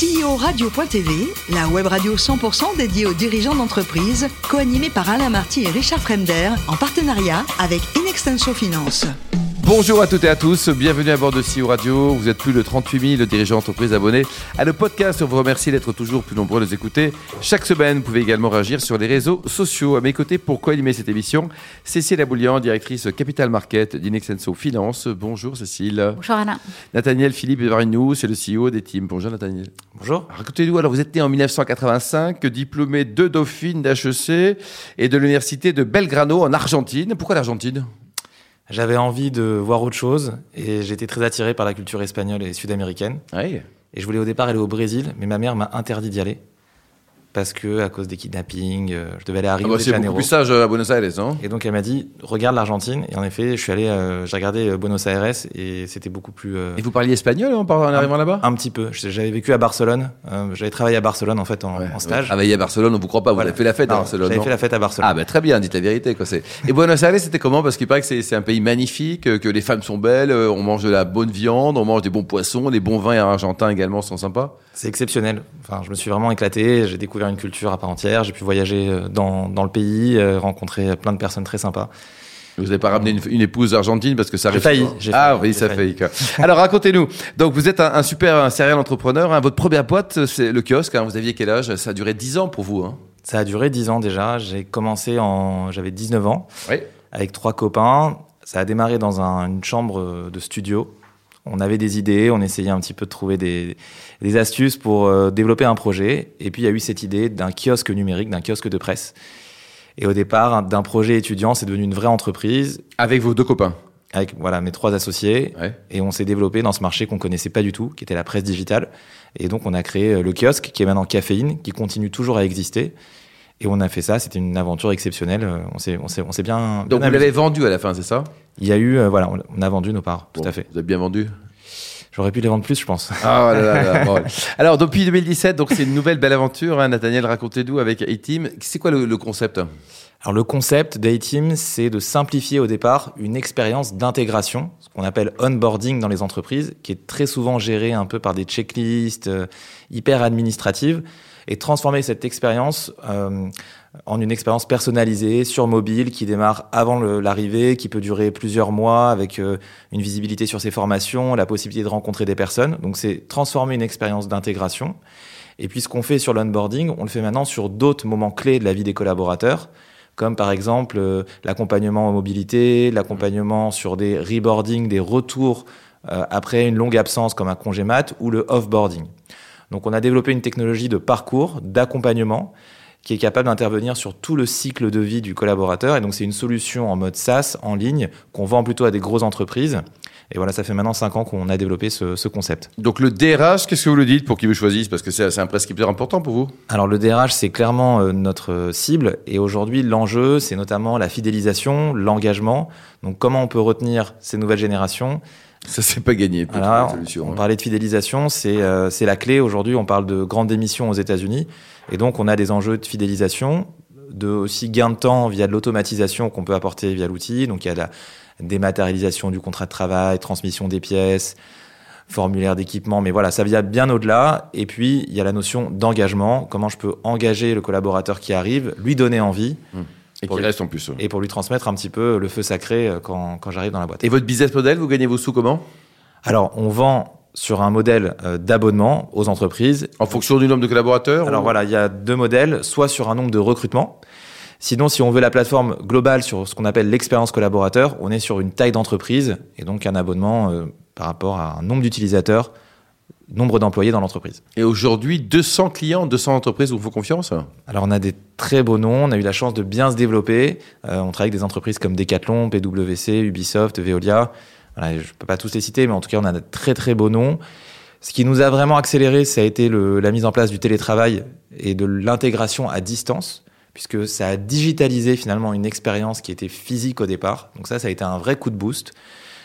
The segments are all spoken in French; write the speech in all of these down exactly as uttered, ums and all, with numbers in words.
C E O Radio point T V, la web radio cent pour cent dédiée aux dirigeants d'entreprise, co-animée par Alain Marty et Richard Fremder, en partenariat avec Inextenso Finance. Bonjour à toutes et à tous, bienvenue à bord de C E O Radio. Vous êtes plus de trente-huit mille dirigeants d'entreprise abonnés à le podcast. On vous remercie d'être toujours plus nombreux à nous écouter. Chaque semaine, vous pouvez également réagir sur les réseaux sociaux. À mes côtés, pour co-animer cette émission, Cécile Aboulian, directrice Capital Market d'Inextenso Finance. Bonjour Cécile. Bonjour Alain. Nathaniel Philippe Varignou, c'est le C E O des teams. Bonjour Nathaniel. Bonjour. Racontez-nous, alors vous êtes né en dix-neuf cent quatre-vingt-cinq, diplômé de Dauphine d'H E C et de l'université de Belgrano en Argentine. Pourquoi l'Argentine ? J'avais envie de voir autre chose et j'étais très attiré par la culture espagnole et sud-américaine. Oui. Et je voulais au départ aller au Brésil, mais ma mère m'a interdit d'y aller. Parce que, à cause des kidnappings, euh, je devais aller à Rio ah bah de c'est Janeiro. C'est beaucoup plus sage à Buenos Aires, non ? Et donc elle m'a dit, regarde l'Argentine. Et en effet, je suis allé, euh, j'ai regardé euh, Buenos Aires et c'était beaucoup plus. Euh, et vous parliez espagnol en, en arrivant un, là-bas ? Un petit peu. J'avais vécu à Barcelone. Euh, j'avais travaillé à Barcelone en fait en, ouais, en stage. Ouais. Travaillé à Barcelone, on vous croit pas. Vous voilà. avez fait la fête non, à Barcelone. J'avais non fait la fête à Barcelone. Ah ben bah, très bien, dites la vérité quoi. C'est. Et Buenos Aires, c'était comment ? Parce qu'il paraît que c'est, c'est un pays magnifique, que les femmes sont belles, on mange de la bonne viande, on mange des bons poissons, les bons vins argentins également sont sympas. C'est exceptionnel. Enfin, je me suis vraiment éclaté. J'ai découvert une culture à part entière. J'ai pu voyager dans, dans le pays, euh, rencontrer plein de personnes très sympas. Vous n'avez pas ramené une, une épouse argentine parce que ça arrive. J'ai failli. J'ai ah failli, oui, ça failli. Quoi. Alors racontez-nous. Donc vous êtes un, un super un serial entrepreneur. Hein. Votre première boîte, c'est le kiosque. Hein. Vous aviez quel âge ? Ça a duré dix ans pour vous. Hein. Ça a duré dix ans déjà. J'ai commencé en, j'avais dix-neuf ans. Oui. Avec trois copains. Ça a démarré dans un, une chambre de studio. On avait des idées, on essayait un petit peu de trouver des, des astuces pour euh, développer un projet. Et puis, il y a eu cette idée d'un kiosque numérique, d'un kiosque de presse. Et au départ, d'un projet étudiant, c'est devenu une vraie entreprise. Avec vos deux copains ? Avec voilà, mes trois associés. Ouais. Et on s'est développé dans ce marché qu'on connaissait pas du tout, qui était la presse digitale. Et donc, on a créé le kiosque, qui est maintenant Caféine, qui continue toujours à exister. Et on a fait ça, c'était une aventure exceptionnelle. On s'est, on s'est, on s'est bien. Donc bien vous l'avez vendu à la fin, c'est ça ? Il y a eu, euh, voilà, on a vendu nos parts, bon, tout à fait. Vous avez bien vendu ? J'aurais pu les vendre plus, je pense. Ah là là là. Bon. Alors depuis deux mille dix-sept, donc c'est une nouvelle belle aventure. Hein, Nathaniel, racontez-nous avec A-Team. C'est quoi le, le concept ? Alors le concept d'A-Team, c'est de simplifier au départ une expérience d'intégration, ce qu'on appelle onboarding dans les entreprises, qui est très souvent gérée un peu par des checklists euh, hyper administratives, et transformer cette expérience euh, en une expérience personnalisée sur mobile qui démarre avant le, l'arrivée, qui peut durer plusieurs mois avec euh, une visibilité sur ses formations, la possibilité de rencontrer des personnes. Donc c'est transformer une expérience d'intégration. Et puis ce qu'on fait sur l'onboarding, on le fait maintenant sur d'autres moments clés de la vie des collaborateurs, comme par exemple euh, l'accompagnement en mobilité, l'accompagnement sur des reboarding, des retours euh, après une longue absence comme un congé mat, ou le offboarding. Donc on a développé une technologie de parcours, d'accompagnement, qui est capable d'intervenir sur tout le cycle de vie du collaborateur. Et donc c'est une solution en mode SaaS, en ligne, qu'on vend plutôt à des grosses entreprises. Et voilà, ça fait maintenant cinq ans qu'on a développé ce, ce concept. Donc le D R H, qu'est-ce que vous le dites pour qu'il vous choisisse ? Parce que c'est, c'est un prescripteur important pour vous. Alors le D R H, c'est clairement euh, notre cible. Et aujourd'hui, l'enjeu, c'est notamment la fidélisation, l'engagement. Donc comment on peut retenir ces nouvelles générations ? Ça, c'est pas gagné. Alors, solution, on hein. parlait de fidélisation, c'est, euh, c'est la clé. Aujourd'hui, on parle de grandes démissions aux États-Unis. Et donc, on a des enjeux de fidélisation, de aussi gain de temps via de l'automatisation qu'on peut apporter via l'outil. Donc, il y a la dématérialisation du contrat de travail, transmission des pièces, formulaire d'équipement. Mais voilà, ça vient bien au-delà. Et puis, il y a la notion d'engagement. Comment je peux engager le collaborateur qui arrive, lui donner envie. Hum. Et qui reste en plus. Et pour lui transmettre un petit peu le feu sacré quand, quand j'arrive dans la boîte. Et votre business model, vous gagnez vos sous comment ? Alors, on vend sur un modèle euh, d'abonnement aux entreprises. En fonction du nombre de collaborateurs ? Alors ou... voilà, il y a deux modèles, soit sur un nombre de recrutements. Sinon, si on veut la plateforme globale sur ce qu'on appelle l'expérience collaborateur, on est sur une taille d'entreprise et donc un abonnement euh, par rapport à un nombre d'utilisateurs, nombre d'employés dans l'entreprise. Et aujourd'hui, deux cents clients, deux cents entreprises vous font confiance ? Alors, on a des très beaux noms. On a eu la chance de bien se développer. Euh, on travaille avec des entreprises comme Decathlon, P W C, Ubisoft, Veolia. Voilà, je ne peux pas tous les citer, mais en tout cas, on a de très, très beaux noms. Ce qui nous a vraiment accéléré, ça a été le, la mise en place du télétravail et de l'intégration à distance, puisque ça a digitalisé finalement une expérience qui était physique au départ. Donc ça, ça a été un vrai coup de boost.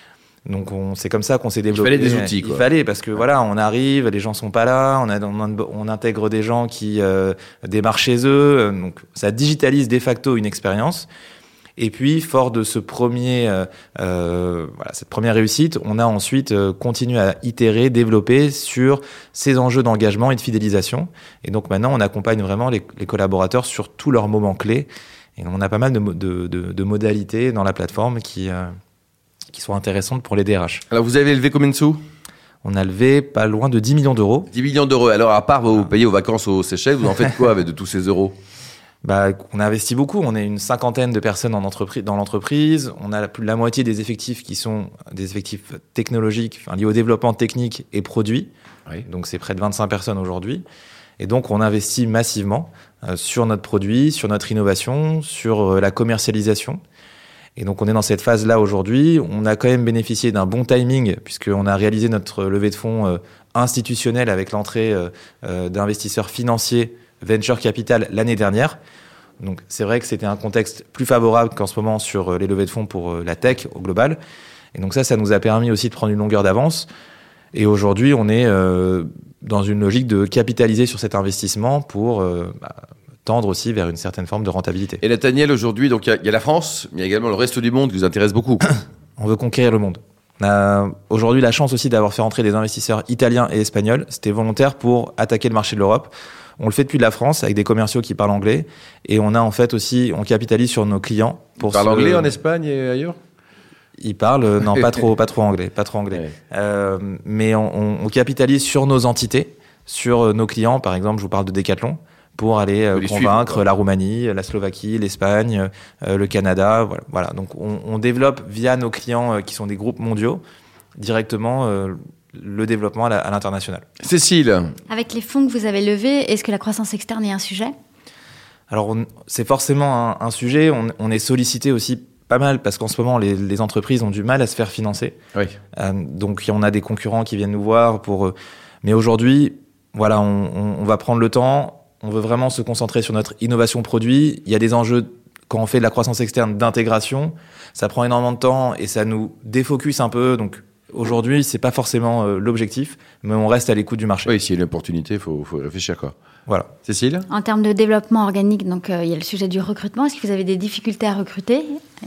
Donc on, c'est comme ça qu'on s'est développé. Il fallait des outils, quoi. Il fallait, parce que voilà, on arrive, les gens sont pas là, on, a, on, on intègre des gens qui euh, démarrent chez eux, donc ça digitalise de facto une expérience. Et puis, fort de ce premier, euh, euh, voilà, cette première réussite, on a ensuite euh, continué à itérer, développer sur ces enjeux d'engagement et de fidélisation. Et donc maintenant, on accompagne vraiment les, les collaborateurs sur tous leurs moments clés. Et on a pas mal de, de, de, de modalités dans la plateforme qui, euh, qui sont intéressantes pour les D R H. Alors, vous avez levé combien de sous ? On a levé pas loin de dix millions d'euros. dix millions d'euros. Alors, à part vous payez vos vacances aux Seychelles, vous en faites quoi avec de tous ces euros ? Bah, on a investi beaucoup. On est une cinquantaine de personnes en entreprise, dans l'entreprise. On a plus de la moitié des effectifs qui sont des effectifs technologiques, enfin, liés au développement technique et produit. Oui. Donc, c'est près de vingt-cinq personnes aujourd'hui. Et donc, on investit massivement euh, sur notre produit, sur notre innovation, sur euh, la commercialisation. Et donc, on est dans cette phase-là aujourd'hui. On a quand même bénéficié d'un bon timing puisqu'on a réalisé notre levée de fonds euh, institutionnelle avec l'entrée euh, euh, d'investisseurs financiers venture capital l'année dernière. Donc, c'est vrai que c'était un contexte plus favorable qu'en ce moment sur euh, les levées de fonds pour euh, la tech au global. Et donc ça, ça nous a permis aussi de prendre une longueur d'avance. Et aujourd'hui, on est euh, dans une logique de capitaliser sur cet investissement pour euh, bah, tendre aussi vers une certaine forme de rentabilité. Et Nathaniel, aujourd'hui, donc il y, y a la France, mais il y a également le reste du monde qui vous intéresse beaucoup. On veut conquérir le monde. On a aujourd'hui la chance aussi d'avoir fait rentrer des investisseurs italiens et espagnols. C'était volontaire pour attaquer le marché de l'Europe. On le fait depuis de la France avec des commerciaux qui parlent anglais. Et on a en fait aussi, on capitalise sur nos clients. Pour Ils parlent se... anglais en Espagne et ailleurs ? Ils parlent, non, pas trop, pas trop anglais, pas trop anglais. Ouais. Euh, mais on, on capitalise sur nos entités, sur nos clients. Par exemple, je vous parle de Decathlon pour aller euh, convaincre suivre, la Roumanie, la Slovaquie, l'Espagne, euh, le Canada. Voilà. voilà. Donc, on, on développe via nos clients euh, qui sont des groupes mondiaux directement euh, le développement à, la, à l'international. Cécile. Avec les fonds que vous avez levés, est-ce que la croissance externe est un sujet ? Alors, on, c'est forcément un, un sujet. On, on est sollicité aussi pas mal, parce qu'en ce moment, les, les entreprises ont du mal à se faire financer. Oui. Euh, donc, on a des concurrents qui viennent nous voir pour... Euh, mais aujourd'hui, voilà, on, on, on va prendre le temps. On veut vraiment se concentrer sur notre innovation produit. Il y a des enjeux, quand on fait de la croissance externe, d'intégration. Ça prend énormément de temps et ça nous défocus un peu. Donc, aujourd'hui, c'est pas forcément euh, l'objectif, mais on reste à l'écoute du marché. Oui, s'il y a une opportunité, il faut, faut réfléchir, quoi. Voilà. Cécile ? En termes de développement organique, donc euh, il y a le sujet du recrutement. Est-ce que vous avez des difficultés à recruter ?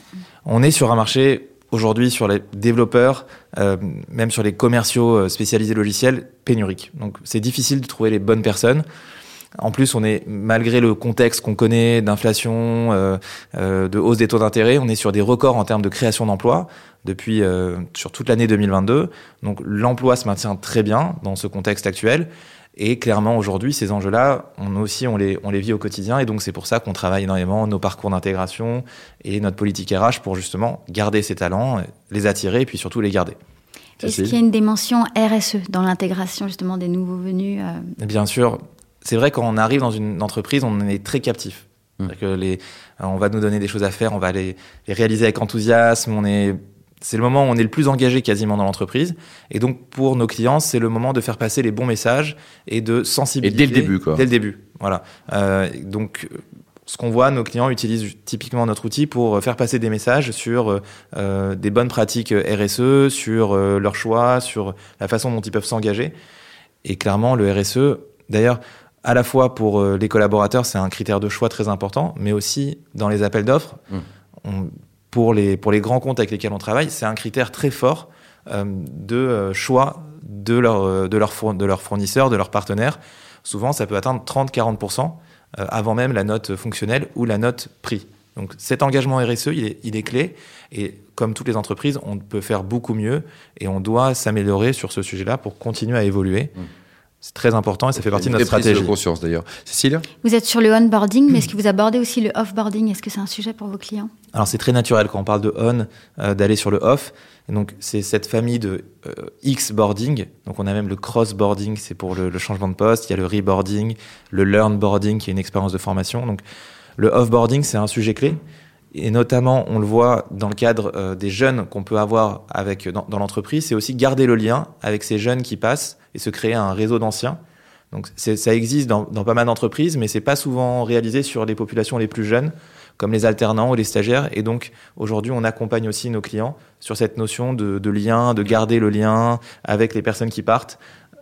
On est sur un marché aujourd'hui sur les développeurs, euh, même sur les commerciaux spécialisés logiciels, pénurique. Donc c'est difficile de trouver les bonnes personnes. En plus, on est, malgré le contexte qu'on connaît d'inflation, euh, euh, de hausse des taux d'intérêt, on est sur des records en termes de création d'emplois depuis euh, sur toute l'année deux mille vingt-deux. Donc l'emploi se maintient très bien dans ce contexte actuel. Et clairement, aujourd'hui, ces enjeux-là, on aussi, on les, on les vit au quotidien. Et donc, c'est pour ça qu'on travaille énormément nos parcours d'intégration et notre politique R H pour justement garder ces talents, les attirer et puis surtout les garder. Est-ce qu'il y a une dimension R S E dans l'intégration justement des nouveaux venus euh... Bien sûr. C'est vrai, quand on arrive dans une entreprise, on est très captif. Mmh. C'est-à-dire que les, on va nous donner des choses à faire, on va les, les réaliser avec enthousiasme. On est, c'est le moment où on est le plus engagé quasiment dans l'entreprise. Et donc, pour nos clients, c'est le moment de faire passer les bons messages et de sensibiliser. Et dès le début, quoi. Dès le début, voilà. Euh, donc, ce qu'on voit, nos clients utilisent typiquement notre outil pour faire passer des messages sur euh, des bonnes pratiques R S E, sur euh, leurs choix, sur la façon dont ils peuvent s'engager. Et clairement, le R S E, d'ailleurs, à la fois pour les collaborateurs, c'est un critère de choix très important, mais aussi dans les appels d'offres, mmh. on, pour, les, pour les grands comptes avec lesquels on travaille, c'est un critère très fort euh, de euh, choix de, leur, de, leur four, de leurs fournisseurs, de leurs partenaires. Souvent, ça peut atteindre trente à quarante pour cent euh, avant même la note fonctionnelle ou la note prix. Donc cet engagement R S E, il est, il est clé. Et comme toutes les entreprises, on peut faire beaucoup mieux et on doit s'améliorer sur ce sujet-là pour continuer à évoluer. Mmh. C'est très important et ça fait partie de notre stratégie. Prise de conscience d'ailleurs. Cécile ? Vous êtes sur le onboarding, mais est-ce que vous abordez aussi le offboarding ? Est-ce que c'est un sujet pour vos clients ? Alors c'est très naturel quand on parle de on, euh, d'aller sur le off. Et donc c'est cette famille de euh, X-boarding. Donc on a même le cross-boarding, c'est pour le, le changement de poste. Il y a le reboarding, le learn-boarding qui est une expérience de formation. Donc le off-boarding, c'est un sujet clé. Et notamment, on le voit dans le cadre euh, des jeunes qu'on peut avoir avec, dans, dans l'entreprise, c'est aussi garder le lien avec ces jeunes qui passent et se créer un réseau d'anciens. Donc c'est, ça existe dans, dans pas mal d'entreprises, mais c'est pas souvent réalisé sur les populations les plus jeunes, comme les alternants ou les stagiaires. Et donc aujourd'hui, on accompagne aussi nos clients sur cette notion de, de lien, de garder le lien avec les personnes qui partent,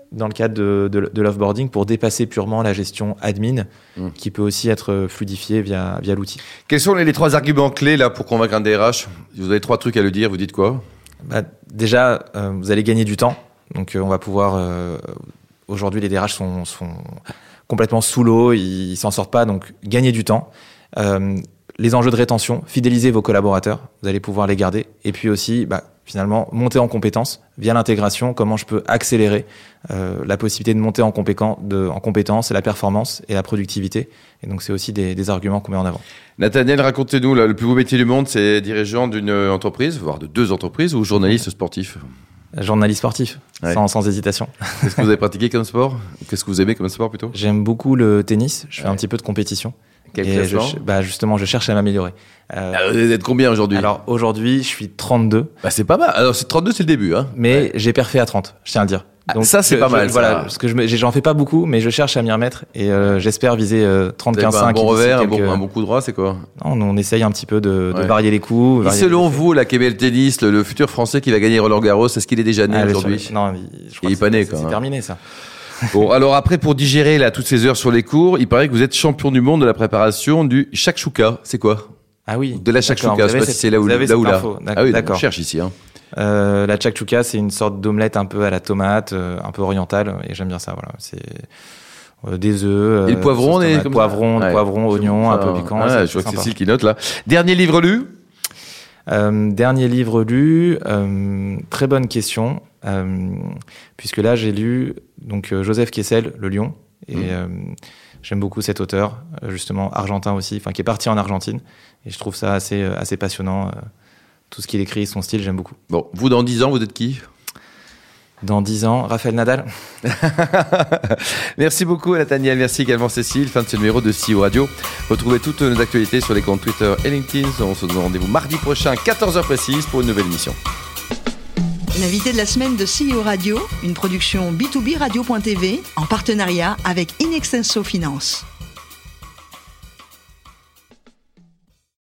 dans le cadre de, de, de l'offboarding pour dépasser purement la gestion admin, mmh. qui peut aussi être fluidifiée via, via l'outil. Quels sont les, les trois arguments clés là, pour convaincre un D R H ? Si vous avez trois trucs à lui dire, vous dites quoi ? Bah, déjà, euh, vous allez gagner du temps. Donc, euh, on va pouvoir... Euh, aujourd'hui, les D R H sont, sont complètement sous l'eau, ils, ils s'en sortent pas. Donc, gagner du temps. Euh, les enjeux de rétention, fidéliser vos collaborateurs. Vous allez pouvoir les garder. Et puis aussi, bah, finalement, monter en compétences via l'intégration. Comment je peux accélérer euh, la possibilité de monter en, compéten- de, en compétences, la performance et la productivité. Et donc, c'est aussi des, des arguments qu'on met en avant. Nathaniel, racontez-nous, là, le plus beau métier du monde, c'est dirigeant d'une entreprise, voire de deux entreprises, ou journaliste sportif ? Journaliste sportif, ouais. sans, sans hésitation. Qu'est-ce que vous avez pratiqué comme sport ? Qu'est-ce que vous aimez comme sport plutôt ? J'aime beaucoup le tennis. Je fais ouais. un petit peu de compétition. Quel et classement ? je, bah justement, je cherche à m'améliorer. Euh, alors, vous êtes combien aujourd'hui ? Alors aujourd'hui, je suis trente-deux. Bah, c'est pas mal. Alors c'est trente-deux, c'est le début, hein. Mais ouais. j'ai perfé à trente, je tiens à le dire. Donc, ça, c'est je, pas mal. Je, ça. Voilà, parce que je me, j'en fais pas beaucoup, mais je cherche à m'y remettre et euh, j'espère viser euh, trente, quinze, cinq. Un bon revers, quelques... un, bon, un bon coup droit, c'est quoi ? Non, on essaye un petit peu de, de ouais. varier les coups. Et selon vous, là, Kébé le tennis, le, le futur Français qui va gagner Roland Garros, est-ce qu'il est déjà né ah, aujourd'hui ? sur... Non, il, je crois il est que pas c'est, né, c'est, quoi. C'est hein. terminé, ça. Bon, alors après, pour digérer là toutes ces heures sur les cours, il paraît que vous êtes champion du monde de la préparation du shakshuka. C'est quoi ? Ah oui. De la shakshuka. Je sais pas si c'est là ou là. Ah oui, d'accord. On cherche ici. Hein. Euh, la shakshuka, c'est une sorte d'omelette un peu à la tomate, euh, un peu orientale, et j'aime bien ça. Voilà, c'est euh, des œufs. Et le poivron, euh, comme poivron, ouais. poivron, oignon, un peu piquant. Ouais, je vois que Cécile qui note là. Dernier livre lu. Euh, dernier livre lu. Euh, très bonne question, euh, puisque là j'ai lu donc euh, Joseph Kessel, Le Lion, et mmh. euh, j'aime beaucoup cet auteur, justement argentin aussi, enfin qui est parti en Argentine, et je trouve ça assez assez passionnant. Euh, Tout ce qu'il écrit, son style, j'aime beaucoup. Bon, vous, dans dix ans, vous êtes qui ? Dans dix ans, Raphaël Nadal. Merci beaucoup, Nathaniel. Merci également, Cécile. Fin de ce numéro de C I O Radio. Retrouvez toutes nos actualités sur les comptes Twitter et LinkedIn. On se donne rendez-vous mardi prochain, quatorze heures précises, pour une nouvelle émission. L'invité de la semaine de C I O Radio, une production B deux B radio point T V en partenariat avec Inextenso Finance.